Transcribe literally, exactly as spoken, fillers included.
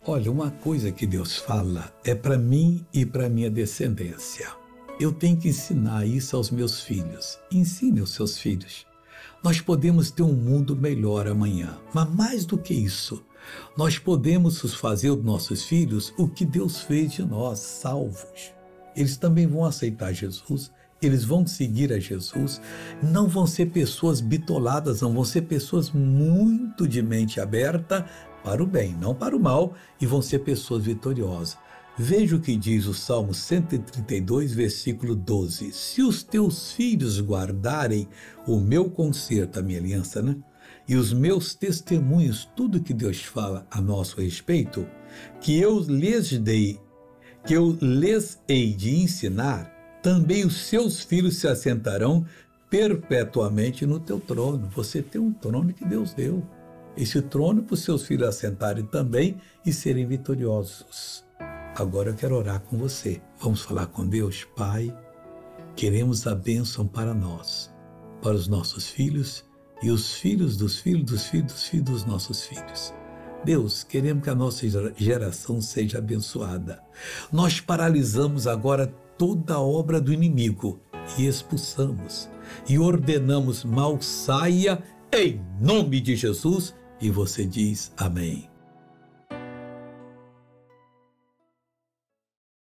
Olha, uma coisa que Deus fala é para mim e para minha descendência. Eu tenho que ensinar isso aos meus filhos. Ensine aos seus filhos. Nós podemos ter um mundo melhor amanhã, mas mais do que isso, nós podemos fazer dos nossos filhos o que Deus fez de nós, salvos. Eles também vão aceitar Jesus, eles vão seguir a Jesus, não vão ser pessoas bitoladas, não vão ser pessoas muito de mente aberta para o bem, não para o mal, e vão ser pessoas vitoriosas. Veja o que diz o Salmo cento e trinta e dois, versículo doze. Se os teus filhos guardarem o meu conserto, a minha aliança, né? E os meus testemunhos, tudo que Deus fala a nosso respeito, que eu lhes dei, que eu lhes hei de ensinar, também os seus filhos se assentarão perpetuamente no teu trono. Você tem um trono que Deus deu. Esse trono para os seus filhos assentarem também e serem vitoriosos. Agora eu quero orar com você. Vamos falar com Deus? Pai, queremos a bênção para nós, para os nossos filhos e os filhos dos filhos dos filhos dos filhos dos nossos filhos. Deus, queremos que a nossa geração seja abençoada. Nós paralisamos agora toda a obra do inimigo e expulsamos e ordenamos: mal saia em nome de Jesus. E você diz amém.